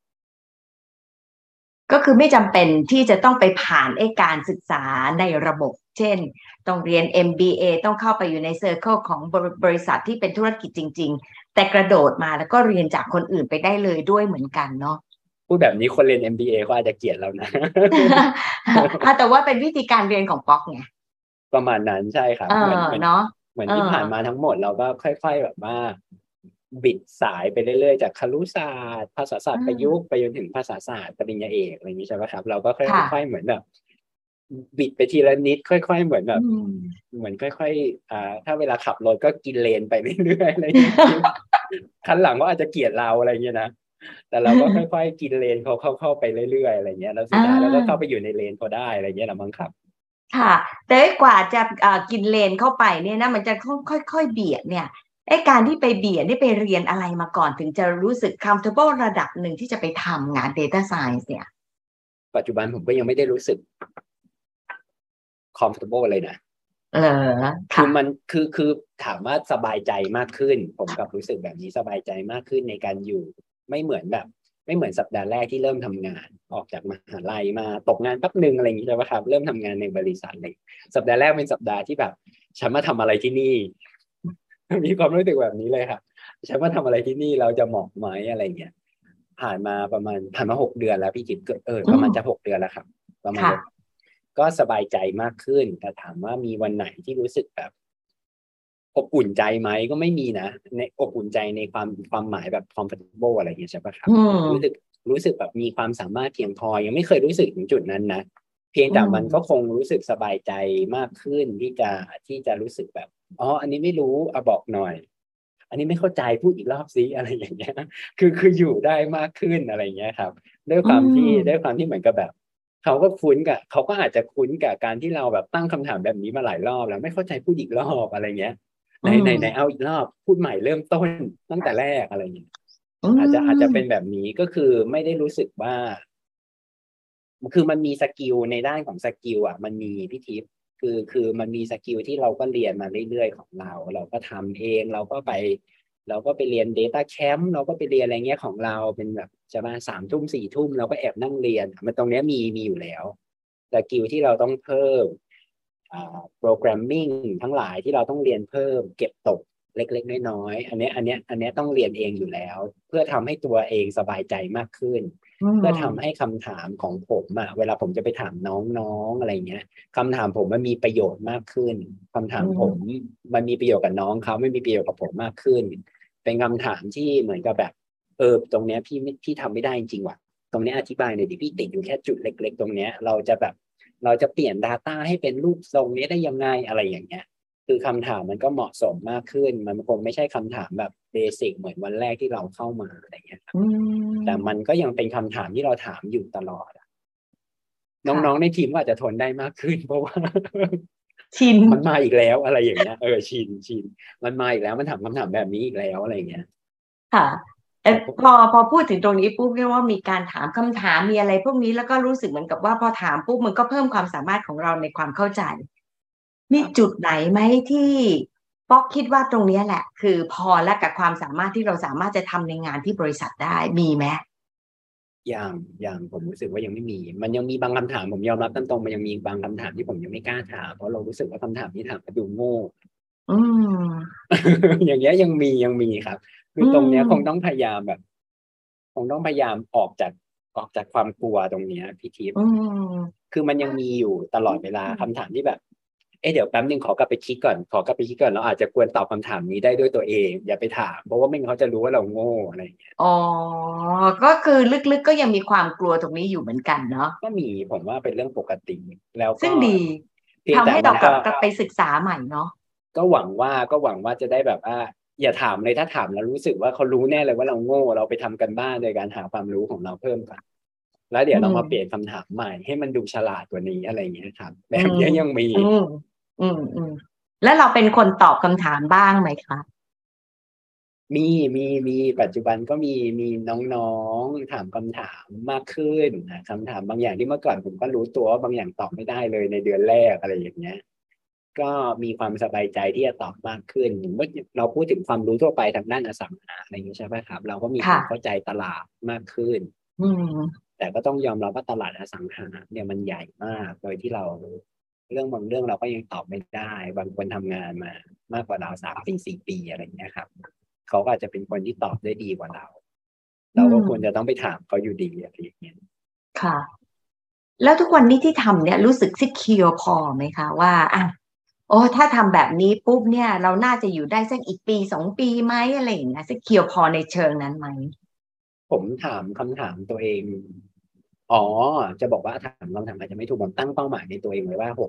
ก็คือไม่จำเป็นที่จะต้องไปผ่านการศึกษาในระบบเช่นต้องเรียน MBA ต้องเข้าไปอยู่ในเซอร์เคิลของบริษัทที่เป็นธุรกิจจริงๆแต่กระโดดมาแล้วก็เรียนจากคนอื่นไปได้เลยด้วยเหมือนกันเนาะพูดแบบนี้คนเรียน MBA เขาอาจจะเกลียดเรานะแต่ว่าเป็นวิธีการเรียนของป๊อกไงประมาณนั้นใช่ครับเนาะเหมือนที่ผ่านมาทั้งหมดเราก็ค่อยๆแบบว่าบิดสายไปเรื่อยๆจากครุศาสตร์ภาษาศาสตร์ประยุกต์ไปจนถึงภาษาศาสตร์ปริญญาเอกอะไรอย่างนี้ใช่ไหมครับเราก็ค่อยๆเหมือนแบบบิดไปทีละนิดค่อยๆเหมือนแบบเหมือนค่อยๆถ้าเวลาขับรถก็กินเลนไปเรื่อยๆอะไรอย่างเงี้ยคันหลังก็อาจจะเกลียดเราอะไรอย่างเงี้ยนะแต่เราก็ค่อยๆกินเลนเขาเข้าไปเรื่อยๆอะไรเงี้ยแล้วสุดท้ายเราก็เข้าไปอยู่ในเลนเขาได้อะไรเงี้ยแหละมั้งครับค่ะแต่กว่าจะกินเลนเข้าไปเนี่ยนะมันจะค่อยๆเบียดเนี่ยการที่ไปเบียดนี่ไปเรียนอะไรมาก่อนถึงจะรู้สึก comfortable ระดับหนึ่งที่จะไปทำงาน data science เนี่ยปัจจุบันผมก็ยังไม่ได้รู้สึก comfortable เลยนะคือมันคือถามว่าสบายใจมากขึ้นผมกับรู้สึกแบบนี้สบายใจมากขึ้นในการอยู่ไม่เหมือนสัปดาห์แรกที่เริ่มทำงานออกจากมหาลัยมาตกงานแป๊บนึงอะไรอย่างนี้ใช่ไหมครับเริ่มทำงานในบริษัทเลยสัปดาห์แรกเป็นสัปดาห์ที่แบบฉันมาทำอะไรที่นี่ มีความรู้สึกแบบนี้เลยครับฉันมาทำอะไรที่นี่เราจะเหมาะไหมอะไรเงี้ยผ่านมา6 เดือนแล้วพี่กิตประมาณจะ6 เดือนแล้วครับประมาณก็สบายใจมากขึ้นแต่ถามว่ามีวันไหนที่รู้สึกแบบอบอุ่นใจไหมก็ไม่มีนะในอบอุ่นใจในความหมายแบบ comfortable อะไรอย่างเงี้ยใช่ปะครับรู้สึกแบบมีความสามารถเพียงพอยังไม่เคยรู้สึกถึงจุดนั้นนะเพียงแต่มันก็คงรู้สึกสบายใจมากขึ้นที่จะรู้สึกแบบอ๋ออันนี้ไม่รู้บอกหน่อยอันนี้ไม่เข้าใจพูดอีกรอบซิอะไรอย่างเงี้ยคืออยู่ได้มากขึ้นอะไรเงี้ยครับด้วยความที่เหมือนกับแบบเขาก็อาจจะคุ้นกับการที่เราแบบตั้งคำถามแบบนี้มาหลายรอบแล้วไม่เข้าใจพูดอีกรอบอะไรเงี้ยไหนเอาอีกรอบพูดใหม่เริ่มต้นตั้งแต่แรกอะไรอย่างเงี้ยอาจจะเป็นแบบนี้ก็คือไม่ได้รู้สึกว่าคือมันมีสกิลในด้านของสกิลมันมีพี่ทิพย์คือมันมีสกิลที่เราก็เรียนมาเรื่อยๆของเราก็ทำเองเราก็ไปเรียน Data Camp เราก็ไปเรียนอะไรเงี้ยของเราเป็นแบบจะมา3 ทุ่ม 4 ทุ่มเราก็แอบนั่งเรียนมันตรงนี้มีอยู่แล้วสกิลที่เราต้องเพิ่มโปรแกรมมิ่งทั้งหลายที่เราต้องเรียนเพิ่มเก็บตกเล็กๆน้อยๆอันนี้ต้องเรียนเองอยู่แล้วเพื่อทำให้ตัวเองสบายใจมากขึ้นเพื่อทำให้คำถามของผมเวลาผมจะไปถามน้องๆอะไรเงี้ยคำถามผมมันมีประโยชน์มากขึ้นคำถามผมมันมีประโยชน์กับน้องเขาไม่มีประโยชน์กับผมมากขึ้นเป็นคำถามที่เหมือนกับแบบตรงเนี้ยพี่ทำไม่ได้จริงๆว่ะตรงนี้อธิบายหน่อยดิพี่ติดอยู่แค่จุดเล็กๆตรงเนี้ยเราจะเปลี่ยน Data ให้เป็นรูปทรงนี้ได้ยังไงอะไรอย่างเงี้ยคือคำถามมันก็เหมาะสมมากขึ้นมันคงไม่ใช่คำถามแบบเบสิกเหมือนวันแรกที่เราเข้ามาอะไรเงี้ยแต่มันก็ยังเป็นคำถามที่เราถามอยู่ตลอดน้องๆในทีมก็อาจจะทนได้มากขึ้นเพราะว่าชินมันมาอีกแล้วอะไรอย่างเงี้ยชินมันมาอีกแล้วมันถามคำถามแบบนี้อีกแล้วอะไรอย่างเงี้ยค่ะพอพูดถึงตรงนี้ปุ๊บเรียกว่ามีการถามคำถามมีอะไรพวกนี้แล้วก็รู้สึกเหมือนกับว่าพอถามปุ๊บมันก็เพิ่มความสามารถของเราในความเข้าใจมีจุดไหนไหมที่ป๊อกคิดว่าตรงนี้แหละคือพอและกับความสามารถที่เราสามารถจะทำในงานที่บริษัทได้มีไหมอย่างผมรู้สึกว่ายังไม่มีมันยังมีบางคำถามผมยอมรับตรงๆมันยังมีบางคำถามที่ผมยังไม่กล้าถามเพราะเรารู้สึกว่าคำถามที่ถามดูโง่อย่างเงี้ยยังมีครับคือตรงเนี้ยคงต้องพยายามแบบคงต้องพยายามออกจากความกลัวตรงเนี้ยพี่ทิพย์คือมันยังมีอยู่ตลอดเวลาคำถามที่แบบเดี๋ยวแป๊บนึงขอกลับไปคิดก่อนเราอาจจะควรตอบคำถามนี้ได้ด้วยตัวเองอย่าไปถามเพราะว่าไม่งั้นเขาจะรู้ว่าเราโง่อะไรอย่างเงี้ยอ๋อก็ลึกๆก็ยังมีความกลัวตรงนี้อยู่เหมือนกันเนาะก็มีผมว่าเป็นเรื่องปกติแล้วก็ซึ่งดีทำให้เรากลับไปศึกษาใหม่เนาะก็หวังว่าจะได้แบบอย่าถามเลยถ้าถามแล้วรู้สึกว่าเขารู้แน่เลยว่าเราโง่เราไปทำกันบ้านโดยการหาความรู้ของเราเพิ่มก่อนแล้วเดี๋อืยวเรามาเปลี่ยนมคำถามใหม่ให้มันดูฉลาดกว่านี้อะไรอย่างเงี้ยครับแบอืมบนี้ยังมีอืมอืมแล้วเราเป็นคนตอบคำถามบ้างไหมคะมีมีปัจจุบันก็มีน้องๆถามคำถามมากขึ้นนะคำถามบางอย่างที่เมื่อก่อนผมก็รู้ตัวว่าบางอย่างตอบไม่ได้เลยในเดือนแรกอะไรอย่างเงี้ยก็มีความสบายใจที่จะตอบมากขึ้นเมื่อเราพูดถึงความรู้ทั่วไปทางด้านอสังหาอะไรอย่างนี้ใช่ไหมครับเราก็มีความเข้าค่ะใจตลาดมากขึ้นอืมแต่ก็ต้องยอมรับว่าตลาดอสังหาเนี่ยมันใหญ่มากโดยที่เราเรื่องบางเรื่องเราก็ยังตอบไม่ได้บางคนทำงานมามากกว่าเรา3 ปี 4 ปีอะไรอย่างเงี้ยครับเขาก็อาจจะเป็นคนที่ตอบได้ดีกว่าเราอืเราก็ควรจะมต้องไปถามเขาอยู่ดีอะไรอย่างเงี้ยค่ะแล้วทุกวันนี้ที่ทำเนี่ยรู้สึกซิเคียวพอไหมคะว่าอ่ะโอ้ถ้าทำแบบนี้ปุ๊บเนี่ยเราน่าจะอยู่ได้สักอีกปี2 ปีไหมอะไรอย่างเงี้ยซิเคียวพอในเชิงนั้นไหมผมถามคำถามตัวเองอ๋อจะบอกว่าถามคำถามอาจจะไม่ถูกผมตั้งเป้าหมายในตัวเองไว้ว่า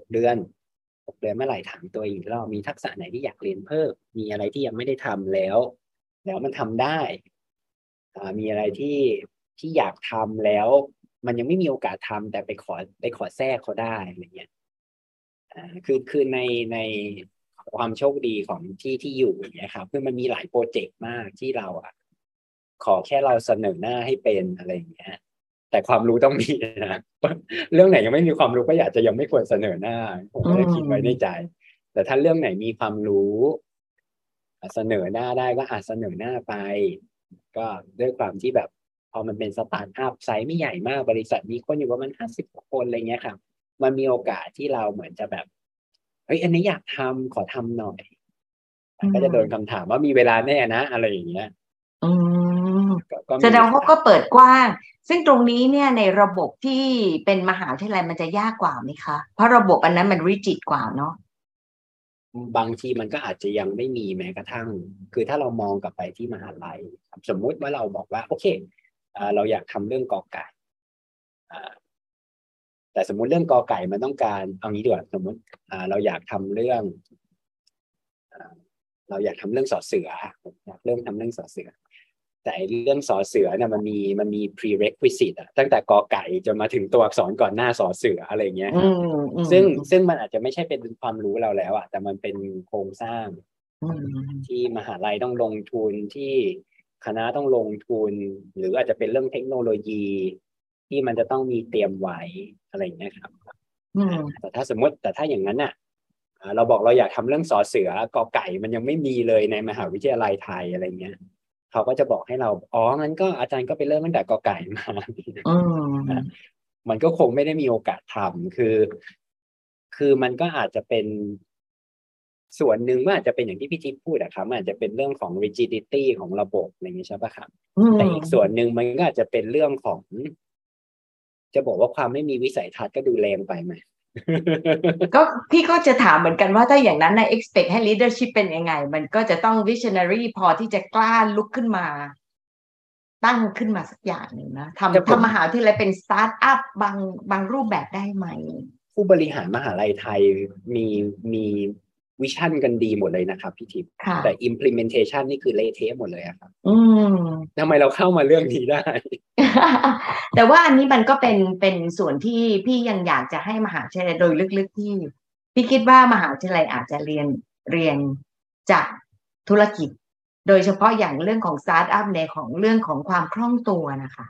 6 เดือนเมื่อไหร่ถามตัวเองอีกรอบมีทักษะไหนที่อยากเรียนเพิ่มมีอะไรที่ยังไม่ได้ทำแล้วมันทำได้มีอะไรที่อยากทำแล้วมันยังไม่มีโอกาสทำแต่ไปขอแทรกเขาได้อะไรเงี้ยคือในความโชคดีของที่อยู่อย่างเงี้ยครับคือมันมีหลายโปรเจกต์มากที่เราขอแค่เราเสนอหน้าให้เป็นอะไรอย่างเงี้ยแต่ความรู้ต้องมีนะเรื่องไหนยังไม่มีความรู้ก็อยากจะยังไม่ควรเสนอหน้าผมอืก็จะคิดไว้ในใจมแต่ถ้าเรื่องไหนมีความรู้เสนอหน้าได้ก็อาจเสนอหน้าไปก็ด้วยความที่แบบพอมันเป็นสตาร์ทอัพไซส์ไม่ใหญ่มากบริษัทมีคนอยู่ประมาณ50 คนอะไรเงี้ยครับมันมีโอกาสที่เราเหมือนจะแบบเฮ้ยอันนี้อยากทำขอทำหน่อยอืก็จะโดนมคำถามว่ามีเวลาแน่นะอะไรอย่างเงี้ยอืมก็แสดงว่ามีครับก็เปิดกว้างซึ่งตรงนี้เนี่ยในระบบที่เป็นมหาวิทยาลัยมันจะยากกว่าไหมคะเพราะระบบอันนั้นมันริจิตกว่าเนาะบางทีมันก็อาจจะยังไม่มีแม้กระทั่งคือถ้าเรามองกลับไปที่มหาลัยครับสมมุติว่าเราบอกว่าโอเคเราอยากทำเรื่องกอไก่อ่าแต่สมมุติเรื่องกอไก่มันต้องการเอางี้ดีกว่าสมมุติเราอยากทำเรื่องอ่าเราอยากทำเรื่องสอเสืออยากเริ่มทำเรื่องสอเสือแต่เรื่องสอเสือเนี่ยมันมี prerequisite ตั้งแต่กอไก่จนมาถึงตัวอักษรก่อนหน้าสอเสืออะไรเงี้ยอืครับมอืมซึ่งมันอาจจะไม่ใช่เป็นความรู้เราแล้วแต่มันเป็นโครงสร้างอืมที่มหาลัยต้องลงทุนที่คณะต้องลงทุนหรืออาจจะเป็นเรื่องเทคโนโลยีที่มันจะต้องมีเตรียมไว้อะไรอย่างเงี้ยครับอืมแต่ถ้าอย่างนั้นน่ะเราบอกเราอยากทำเรื่องสอเสือกอไก่มันยังไม่มีเลยในมหาวิทยาลัยไทยอะไรเงี้ยเขาก็จะบอกให้เราอ๋องั้นก็อาจารย์ก็ไปเริ่มตั้งแต่กอไก่มาอืมมันก็คงไม่ได้มีโอกาสทำคือมันก็อาจจะเป็นส่วนหนึ่งว่าอาจจะเป็นอย่างที่พี่จิ๊บพูดอะครับมันอาจจะเป็นเรื่องของ rigidity ของระบบอะไรอย่างนี้ใช่ปะครับอืแต่อีกส่วนมหนึ่งมันก็อาจจะเป็นเรื่องของจะบอกว่าความไม่มีวิสัยทัศน์ก็ดูแรงไปไหมก็พี่ก็จะถามเหมือนกันว่าถ้าอย่างนั้นใน expect ให้ leadership เป็นยังไงมันก็จะต้อง visionary พอที่จะกล้าลุกขึ้นมาตั้งขึ้นมาสักอย่างหนึ่งนะแต่ผมทำมหาวิทยาลัยเป็นสตาร์ทอัพบางรูปแบบได้ไหมผู้บริหารมหาลัยไทยมีวิชั่นกันดีหมดเลยนะครับพี่ทิพย์ค่ะแต่ implementation นี่คือเละเทะหมดเลยครับอืมทำไมเราเข้ามาเรื่องนี้ได้แต่ว่าอันนี้มันก็เป็นส่วนที่พี่ยังอยากจะให้มหาวิทยาลัยโดยลึกๆที่พี่คิดว่ามหาวิทยาลัยอาจจะเรียนจากธุรกิจโดยเฉพาะอย่างเรื่องของสตาร์ทอัพในของเรื่องของความคล่องตัวนะคะ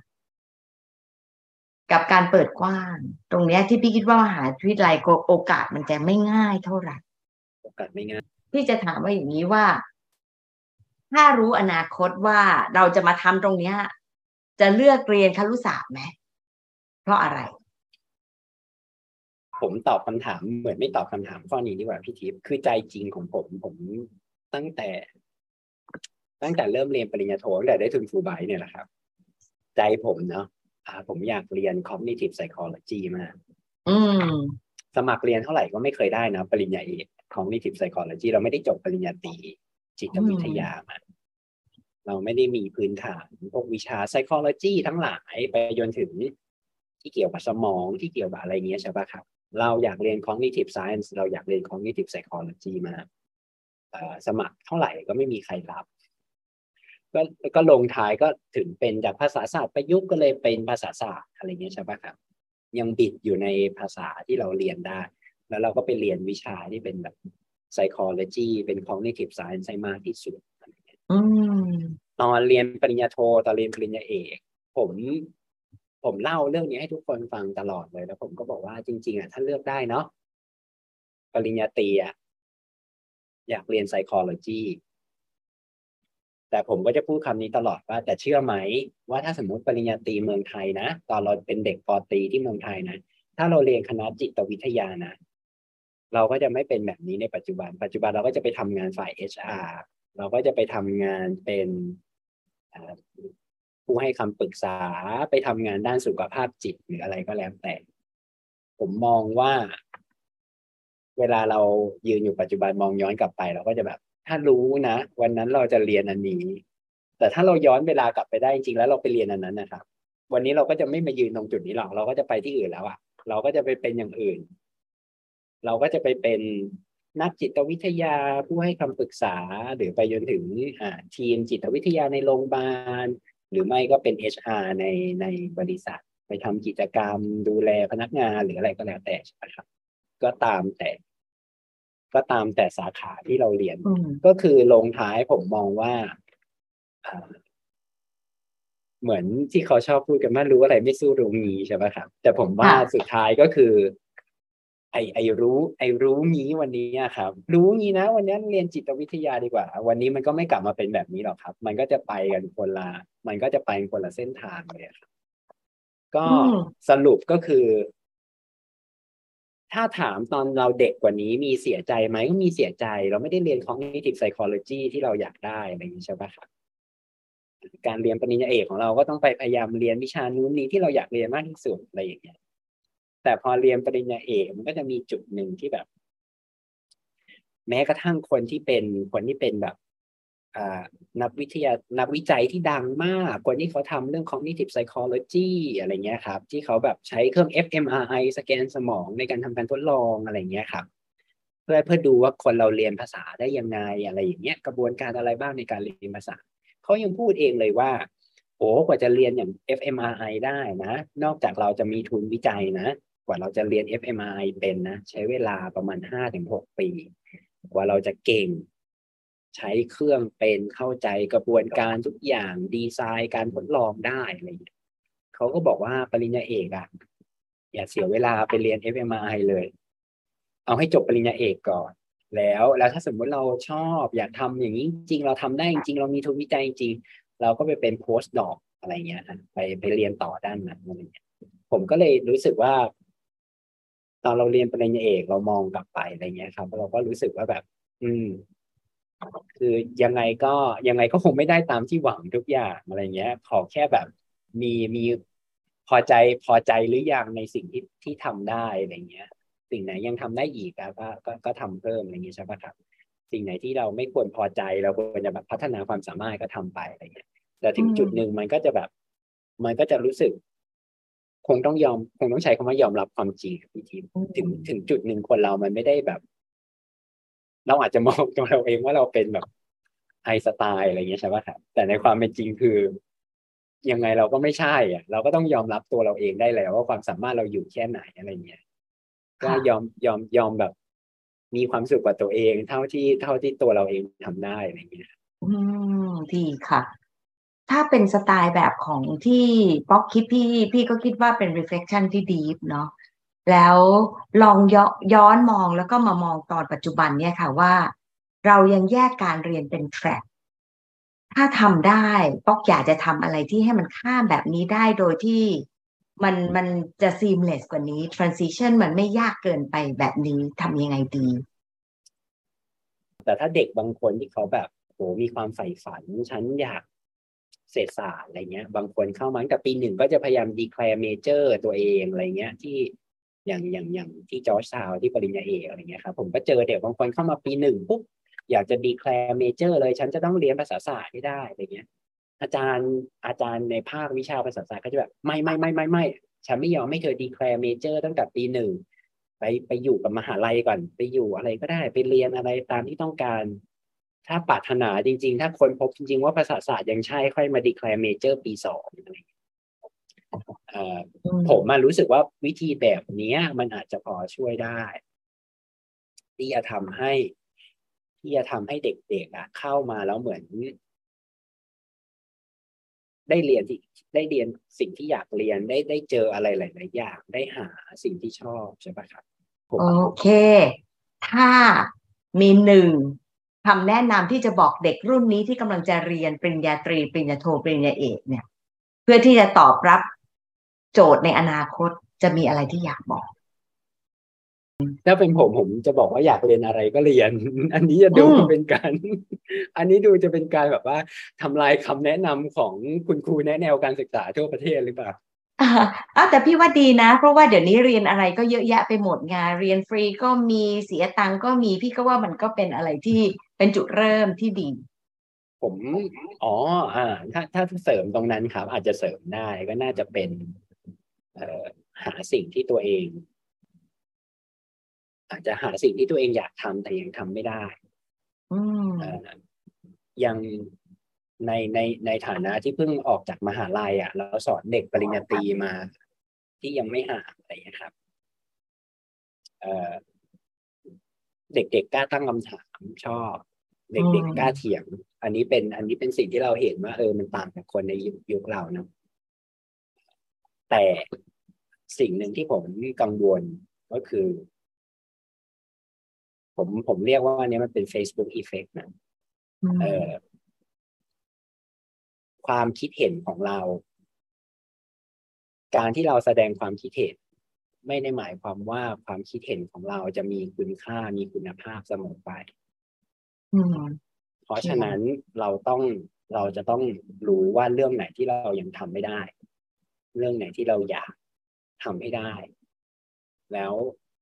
กับการเปิดกว้างตรงเนี้ยที่พี่คิดว่ามหาวิทยาลัยโอกาสมันจะไม่ง่ายเท่าไหร่โอกาสไม่ง่ายพี่จะถามว่าอย่างนี้ว่าถ้ารู้อนาคตว่าเราจะมาทำตรงเนี้ยจะเลือกเรียนครุศาสตร์ไหมเพราะอะไรผมตอบคำถามเหมือนไม่ตอบคำถามข้อนี้ดีกว่าพี่ทิพย์คือใจจริงของผมตั้งแต่ตั้งแต่เริ่มเรียนปริญญาโทตั้งแต่ได้ทุนฟูลไบรท์เนี่ยแหละครับใจผมเนาะผมอยากเรียน cognitive psychology มากอืมสมัครเรียนเท่าไหร่ก็ไม่เคยได้นะปริญญาเอก cognitive psychology เราไม่ได้จบปริญญาตรีจิตอืวิทยามมา เราไม่ได้มีพื้นฐานพวกวิชา psychology ทั้งหลายไปจนถึงที่เกี่ยวกับสมองที่เกี่ยวกับอะไรเงี้ยใช่ปะครับเราอยากเรียน cognitive science เราอยากเรียน cognitive psychology มาสมัครเท่าไหร่ก็ไม่มีใครรับก็ก็ลงท้ายก็ถึงเป็นจากภาษาศาสตร์ประยุกต์ก็เลยเป็นภาษาศาสตร์อะไรเงี้ยใช่ปะครับยังบิดอยู่ในภาษาที่เราเรียนได้แล้วเราก็ไปเรียนวิชาที่เป็นแบบ psychology เป็น cognitive science ให้มากที่สุดอืมตอนเรียนปริญญาโทตอนเรียนปริญญาเอกผมผมเล่าเรื่องนี้ให้ทุกคนฟังตลอดเลยแล้วผมก็บอกว่าจริงๆอ่ะถ้าเลือกได้เนาะปริญญาตรีอ่ะอยากเรียน psychology แต่ผมก็จะพูดคำนี้ตลอดว่าแต่เชื่อไหมว่าถ้าสมมติปริญญาตรีเมืองไทยนะตอนเราเป็นเด็กปตรีที่เมืองไทยนะถ้าเราเรียนคณะจิตวิทยานะเราก็จะไม่เป็นแบบนี้ในปัจจุบันเราก็จะไปทำงานฝ่าย HR เราก็จะไปทำงานเป็นผู้ให้คำปรึกษาไปทำงานด้านสุขภาพจิตหรืออะไรก็แล้วแต่ผมมองว่าเวลาเรายืนอยู่ปัจจุบันมองย้อนกลับไปเราก็จะแบบถ้ารู้นะวันนั้นเราจะเรียนอันนี้แต่ถ้าเราย้อนเวลากลับไปได้จริงๆแล้วเราไปเรียนอันนั้นนะครับวันนี้เราก็จะไม่มายืนตรงจุดนี้หรอกเราก็จะไปที่อื่นแล้วอ่ะเราก็จะไปเป็นอย่างอื่นเราก็จะไปเป็นนักจิตวิทยาผู้ให้คำปรึกษาหรือไปจนถึงทีมจิตวิทยาในโรงพยาบาลหรือไม่ก็เป็น HR ในบริษัทไปทำกิจกรรมดูแลพนักงานหรืออะไรก็แล้วแต่ใช่ไหมครับก็ตามแต่สาขาที่เราเรียนก็คือลงท้ายผมมองว่าเหมือนที่เขาชอบพูดกันว่ารู้อะไรไม่สู้รู้งี้ใช่ไหมครับแต่ผมว่าสุดท้ายก็คือไอ้รู้งี้วันนี้ครับรู้งี้นะวันนี้เรียนจิตวิทยาดีกว่าวันนี้มันก็ไม่กลับมาเป็นแบบนี้หรอกครับมันก็จะไปกันคนละเส้นทางเลยครับก็สรุปก็คือถ้าถามตอนเราเด็กกว่านี้มีเสียใจไหมก็มีเสียใจเราไม่ได้เรียน cognitive psychology ที่เราอยากได้อะไรอย่างนี้ใช่ปะครับการเรียนปริญญาเอกของเราก็ต้องไปพยายามเรียนวิชานู้นนี้ที่เราอยากเรียนมากที่สุดอะไรอย่างเงี้ยแต่พอเรียนปริญญาเอกมันก็จะมีจุดหนึ่งที่แบบแม้กระทั่งคนที่เป็นแบบนักวิจัยที่ดังมากคนที่เขาทำเรื่อง cognitive psychology อะไรเงี้ยครับที่เขาแบบใช้เครื่อง fMRI สแกนสมองในการทำการทดลองอะไรเงี้ยครับเพื่อดูว่าคนเราเรียนภาษาได้ยังไงอะไรอย่างเงี้ยกระบวนการอะไรบ้างในการเรียนภาษาเขายังพูดเองเลยว่าโอ้กว่าจะเรียนอย่าง fMRI ได้นะนอกจากเราจะมีทุนวิจัยนะกว่าเราจะเรียน fMRI เป็นนะใช้เวลาประมาณ5-6 ปีกว่าเราจะเก่งใช้เครื่องเป็นเข้าใจกระบวนการทุกอย่างดีไซน์การทดลองได้อะไรอย่างเงี้ยเขาก็บอกว่าปริญญาเอกอ่ะอย่าเสียเวลาไปเรียน fMRI เลยเอาให้จบปริญญาเอกก่อนแล้วถ้าสมมติเราชอบอยากทำอย่างนี้จริงเราทำได้จริงเรามีทุนวิจัยจริงเราก็ไปเป็นโพสต์ดอกอะไรเงี้ยไปเรียนต่อด้านนั้นอะไรเงี้ยผมก็เลยรู้สึกว่าตอนเราเรียนปริญญาเอกเรามองกลับไปอะไรเงี้ยครับเราก็รู้สึกว่าแบบคือยังไงก็คงไม่ได้ตามที่หวังทุกอย่างอะไรเงี้ยขอแค่แบบมีพอใจหรือยังในสิ่งที่ทำได้อะไรเงี้ยสิ่งไหนยังทำได้อีกก็ทำเพิ่มอะไรเงี้ยใช่ปะครับสิ่งไหนที่เราไม่ควรพอใจเราควรจะแบบพัฒนาความสามารถก็ทำไปอะไรเงี้ยแต่ถึงจุดหนึ่งมันก็จะแบบมันก็จะรู้สึกคงต้องใช้คำว่ายอมรับความจริงพี่ทีมถึงจุดหนึ่งคนเรามันไม่ได้แบบเราอาจจะมองตัวเราเองว่าเราเป็นแบบไอน์สไตล์อะไรเงี้ยใช่ป่ะครับแต่ในความเป็นจริงคือยังไงเราก็ไม่ใช่อ่ะเราก็ต้องยอมรับตัวเราเองได้แล้วว่าความสามารถเราอยู่แค่ไหนอะไรเงี้ยก็ยอมแบบมีความสุขกับตัวเองเท่าที่ตัวเราเองทำได้อะไรเงี้ยดีค่ะ ถ้าเป็นสไตล์แบบของที่ป๊อกคิดพี่ก็คิดว่าเป็น reflection ที่ deep เนาะแล้วลองย้อนมองแล้วก็มามองตอนปัจจุบันเนี่ยค่ะว่าเรายังแยกการเรียนเป็น track ถ้าทำได้ป๊อกอยากจะทำอะไรที่ให้มันข้ามแบบนี้ได้โดยที่มันจะ seamless กว่านี้ transition มันไม่ยากเกินไปแบบนี้ทำยังไงดีแต่ถ้าเด็กบางคนที่เขาแบบโหมีความใฝ่ฝันฉันอยากเศรษฐศาสตร์อะไรเงี้ยบางคนเข้ามาตั้งแต่ปีหนึ่งก็จะพยายาม declare major ตัวเองอะไรเงี้ยที่อย่างที่จอร์จทาวน์ที่ปริญญาเอกอะไรเงี้ยครับผมก็เจอเด็กบางคนเข้ามาปีหนึ่งปุ๊บอยากจะ declare major เลยฉันจะต้องเรียนภาษาศาสตร์ให้ได้อะไรเงี้ยอาจารย์ในภาควิชาภาษาศาสตร์ก็จะแบบไม่ฉันไม่ยอมให้เธอ declare major ตั้งแต่ปีหนึ่งไปอยู่กับมหาลัยก่อนไปอยู่อะไรก็ได้ไปเรียนอะไรตามที่ต้องการถ้าปรารถนาจริงๆถ้าคนพบจริงๆว่าภาษาศาสตร์ยังใช่ค่อยมา declare major ปี 2อะไรผมรู้สึกว่าวิธีแบบนี้มันอาจจะพอช่วยได้ที่จะทำให้เด็กๆเข้ามาแล้วเหมือนได้เรียนสิ่งที่อยากเรียนได้เจออะไรหลายๆอย่างได้หาสิ่งที่ชอบใช่ปะครับโอเคถ้ามีคำแนะนำที่จะบอกเด็กรุ่นนี้ที่กำลังจะเรียนปริญญาตรีปริญญาโทปริญญาเอกเนี่ยเพื่อที่จะตอบรับโจทย์ในอนาคตจะมีอะไรที่อยากบอกถ้าเป็นผมจะบอกว่าอยากเรียนอะไรก็เรียน อันนี้จะดูเป็นการอันนี้ดูจะเป็นการแบบว่าทำลายคำแนะนำของคุณครูแนะแนวการศึกษาทั่วประเทศหรือเปล่าแต่พี่ว่าดีนะเพราะว่าเดี๋ยวนี้เรียนอะไรก็เยอะแยะไปหมดไงเรียนฟรีก็มีเสียตังค์ก็มีพี่ก็ว่ามันก็เป็นอะไรที่เป็นจุดเริ่มที่ดีผมถ้าเสริมตรงนั้นครับอาจจะเสริมได้ก็น่าจะเป็นหาสิ่งที่ตัวเองอาจจะหาสิ่งที่ตัวเองอยากทำแต่ยังทำไม่ได้ยังในฐานะที่เพิ่งออกจากมหาลัยแล้วสอนเด็กปริญญาตรีมาที่ยังไม่หาอะไรครับเด็กๆกล้าตั้งคำถามชอบเด็กๆกล้าเถียงอันนี้เป็นสิ่งที่เราเห็นว่ามันต่างจากคนในยุคเรานะแต่สิ่งหนึ่งที่ผมกังวลก็คือผมเรียกว่าอันนี้มันเป็น Facebook Effect นะความคิดเห็นของเราการที่เราแสดงความคิดเห็นไม่ได้หมายความว่าความคิดเห็นของเราจะมีคุณค่ามีคุณภาพเสมอไปเพราะฉะนั้นเราจะต้องรู้ว่าเรื่องไหนที่เรายังทำไม่ได้เรื่องไหนที่เราอยากทำให้ได้แล้ว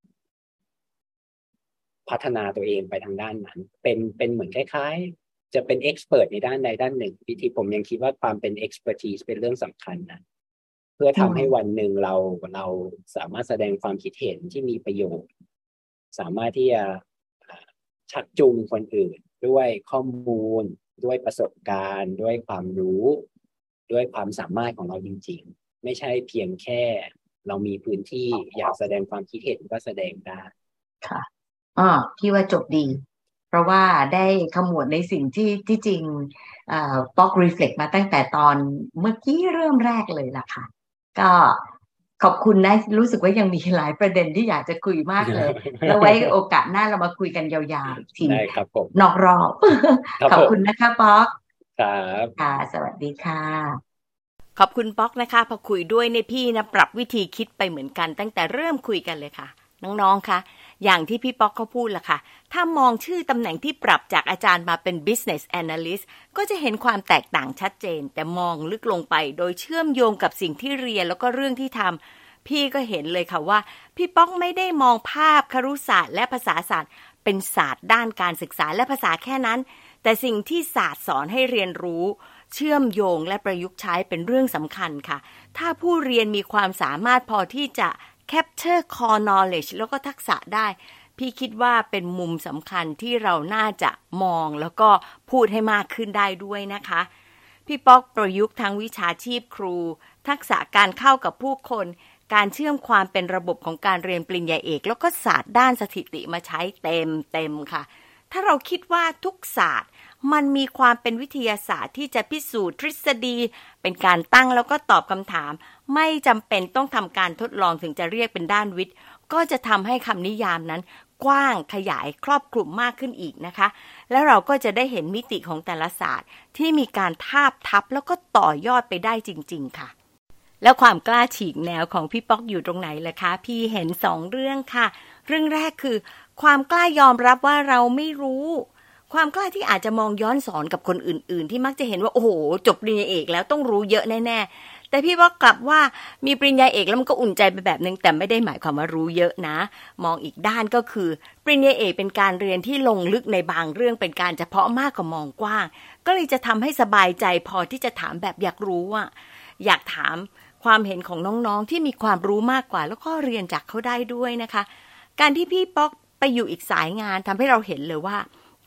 พัฒนาตัวเองไปทางด้านนั้นเป็นเหมือนคล้ายๆจะเป็นเอ็กซ์เพิร์ทในด้านใดด้านหนึ่งที่ผมยังคิดว่าความเป็นเอ็กซ์เพรสทีสเป็นเรื่องสำคัญนะเพื่อทำให้วันหนึ่งเราสามารถแสดงความคิดเห็นที่มีประโยชน์สามารถที่จะชักจูงคนอื่นด้วยข้อมูลด้วยประสบการณ์ด้วยความรู้ด้วยความสามารถของเราจริงๆไม่ใช่เพียงแค่เรามีพื้นที่อยากแสดงความคิดเห็นก็แสดงได้ค่ะพี่ว่าจบดีเพราะว่าได้ขมวดในสิ่งที่จริงป๊อกรีเฟล็กมาตั้งแต่ตอนเมื่อกี้เริ่มแรกเลยล่ะค่ะก็ขอบคุณนะรู้สึกว่ายังมีหลายประเด็นที่อยากจะคุยมากเลยแล้วไว้โอกาสหน้าเรามาคุยกันยาวๆทีได้ครับผมนอกรอบขอบคุณนะคะป๊อกครับค่ะสวัสดีค่ะขอบคุณป๊อกนะคะพอคุยด้วยในพี่นะปรับวิธีคิดไปเหมือนกันตั้งแต่เริ่มคุยกันเลยค่ะน้องๆคะอย่างที่พี่ป๊อกเขาพูดล่ะค่ะถ้ามองชื่อตำแหน่งที่ปรับจากอาจารย์มาเป็น business analyst ก็จะเห็นความแตกต่างชัดเจนแต่มองลึกลงไปโดยเชื่อมโยงกับสิ่งที่เรียนแล้วก็เรื่องที่ทำพี่ก็เห็นเลยค่ะว่าพี่ป๊อกไม่ได้มองภาพครุศาสตร์และภาษาศาสตร์เป็นศาสตร์ด้านการศึกษาและภาษาแค่นั้นแต่สิ่งที่ศาสตร์สอนให้เรียนรู้เชื่อมโยงและประยุกต์ใช้เป็นเรื่องสำคัญค่ะถ้าผู้เรียนมีความสามารถพอที่จะcapture core knowledge แล้วก็ทักษะได้พี่คิดว่าเป็นมุมสำคัญที่เราน่าจะมองแล้วก็พูดให้มากขึ้นได้ด้วยนะคะพี่ป๊อกประยุกต์ทั้งวิชาชีพครูทักษะการเข้ากับผู้คนการเชื่อมความเป็นระบบของการเรียนปริญญาเอกแล้วก็ศาสตร์ด้านสถิติมาใช้เต็มค่ะถ้าเราคิดว่าทุกศาสตร์มันมีความเป็นวิทยาศาสตร์ที่จะพิสูจน์ทฤษฎีเป็นการตั้งแล้วก็ตอบคำถามไม่จำเป็นต้องทำการทดลองถึงจะเรียกเป็นด้านวิทย์ก็จะทำให้คำนิยามนั้นกว้างขยายครอบคลุมมากขึ้นอีกนะคะแล้วเราก็จะได้เห็นมิติของแต่ละศาสตร์ที่มีการทาบทับแล้วก็ต่อยอดไปได้จริงๆค่ะแล้วความกล้าฉีกแนวของพี่ป๊อกอยู่ตรงไหนล่ะคะพี่เห็น2 เรื่องค่ะเรื่องแรกคือความกล้ายอมรับว่าเราไม่รู้ความกล้าที่อาจจะมองย้อนสอนกับคนอื่นๆที่มักจะเห็นว่าโอ้โหจบปริญญาเอกแล้วต้องรู้เยอะแน่ๆแต่พี่ว่ากลับว่ามีปริญญาเอกแล้วมันก็อุ่นใจไปแบบนึงแต่ไม่ได้หมายความว่ารู้เยอะนะมองอีกด้านก็คือปริญญาเอกเป็นการเรียนที่ลงลึกในบางเรื่องเป็นการเฉพาะมากกว่ามองกว้างก็เลยจะทำให้สบายใจพอที่จะถามแบบอยากรู้อยากถามความเห็นของน้องๆที่มีความรู้มากกว่าแล้วก็เรียนจากเขาได้ด้วยนะคะการที่พี่ป๊อกไปอยู่อีกสายงานทำให้เราเห็นเลยว่า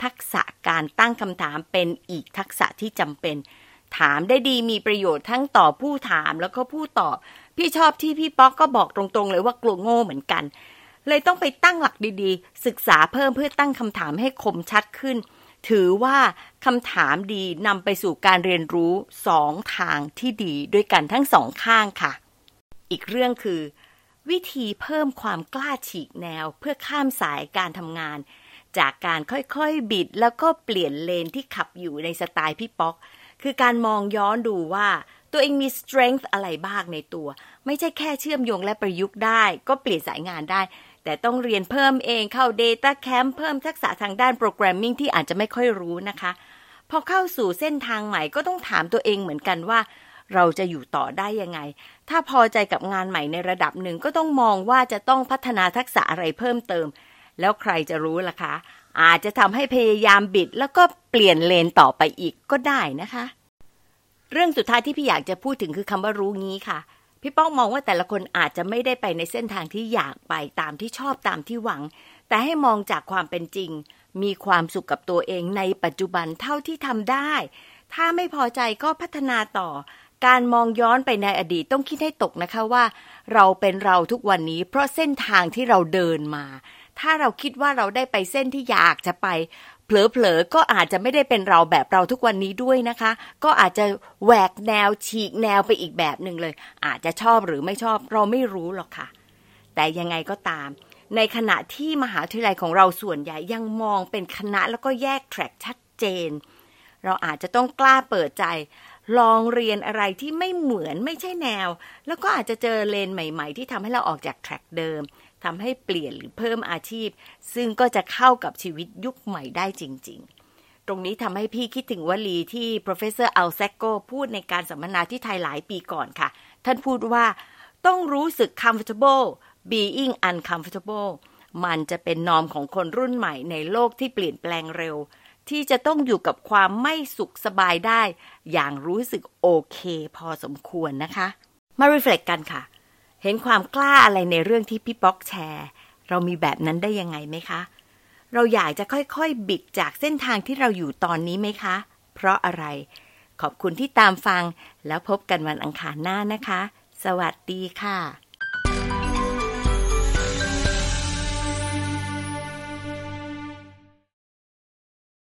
ทักษะการตั้งคำถามเป็นอีกทักษะที่จำเป็นถามได้ดีมีประโยชน์ทั้งต่อผู้ถามแล้วก็ผู้ตอบพี่ชอบที่พี่ป๊อกก็บอกตรงๆเลยว่ากลัวโง่เหมือนกันเลยต้องไปตั้งหลักดีๆศึกษาเพิ่มเพื่อตั้งคำถามให้คมชัดขึ้นถือว่าคำถามดีนำไปสู่การเรียนรู้2ทางที่ดีด้วยกันทั้ง2ข้างค่ะอีกเรื่องคือวิธีเพิ่มความกล้าฉีกแนวเพื่อข้ามสายการทำงานจากการค่อยๆบิดแล้วก็เปลี่ยนเลนที่ขับอยู่ในสไตล์พี่ป๊อกคือการมองย้อนดูว่าตัวเองมี strength อะไรบ้างในตัวไม่ใช่แค่เชื่อมโยงและประยุกต์ได้ก็เปลี่ยนสายงานได้แต่ต้องเรียนเพิ่มเองเข้า Data Camp เพิ่มทักษะทางด้าน Programming ที่อาจจะไม่ค่อยรู้นะคะพอเข้าสู่เส้นทางใหม่ก็ต้องถามตัวเองเหมือนกันว่าเราจะอยู่ต่อได้ยังไงถ้าพอใจกับงานใหม่ในระดับหนึ่งก็ต้องมองว่าจะต้องพัฒนาทักษะอะไรเพิ่มเติมแล้วใครจะรู้ล่ะคะอาจจะทำให้พยายามบิดแล้วก็เปลี่ยนเลนต่อไปอีกก็ได้นะคะเรื่องสุดท้ายที่พี่อยากจะพูดถึงคือคำว่ารู้งี้ค่ะพี่ป้องมองว่าแต่ละคนอาจจะไม่ได้ไปในเส้นทางที่อยากไปตามที่ชอบตามที่หวังแต่ให้มองจากความเป็นจริงมีความสุขกับตัวเองในปัจจุบันเท่าที่ทำได้ถ้าไม่พอใจก็พัฒนาต่อการมองย้อนไปในอดีตต้องคิดให้ตกนะคะว่าเราเป็นเราทุกวันนี้เพราะเส้นทางที่เราเดินมาถ้าเราคิดว่าเราได้ไปเส้นที่อยากจะไปเผลอๆก็อาจจะไม่ได้เป็นเราแบบเราทุกวันนี้ด้วยนะคะก็อาจจะแหวกแนวฉีกแนวไปอีกแบบหนึ่งเลยอาจจะชอบหรือไม่ชอบเราไม่รู้หรอกค่ะแต่ยังไงก็ตามในขณะที่มหาวิทยาลัยของเราส่วนใหญ่ยังมองเป็นคณะแล้วก็แยกแทร็กชัดเจนเราอาจจะต้องกล้าเปิดใจลองเรียนอะไรที่ไม่เหมือนไม่ใช่แนวแล้วก็อาจจะเจอเลนใหม่ๆที่ทำให้เราออกจากแทร็กเดิมทำให้เปลี่ยนหรือเพิ่มอาชีพซึ่งก็จะเข้ากับชีวิตยุคใหม่ได้จริงๆตรงนี้ทำให้พี่คิดถึงวลีที่ Professor Alsecco พูดในการสัมมนาที่ไทยหลายปีก่อนค่ะท่านพูดว่าต้องรู้สึก comfortable being uncomfortable มันจะเป็นนอมของคนรุ่นใหม่ในโลกที่เปลี่ยนแปลงเร็วที่จะต้องอยู่กับความไม่สุขสบายได้อย่างรู้สึกโอเคพอสมควรนะคะมา reflect กันค่ะเห็นความกล้าอะไรในเรื่องที่พี่ป๊อกแชร์เรามีแบบนั้นได้ยังไงไหมคะเราอยากจะค่อยๆบิดจากเส้นทางที่เราอยู่ตอนนี้ไหมคะเพราะอะไรขอบคุณที่ตามฟังแล้วพบกันวันอังคารหน้านะคะสวัสดีค่ะ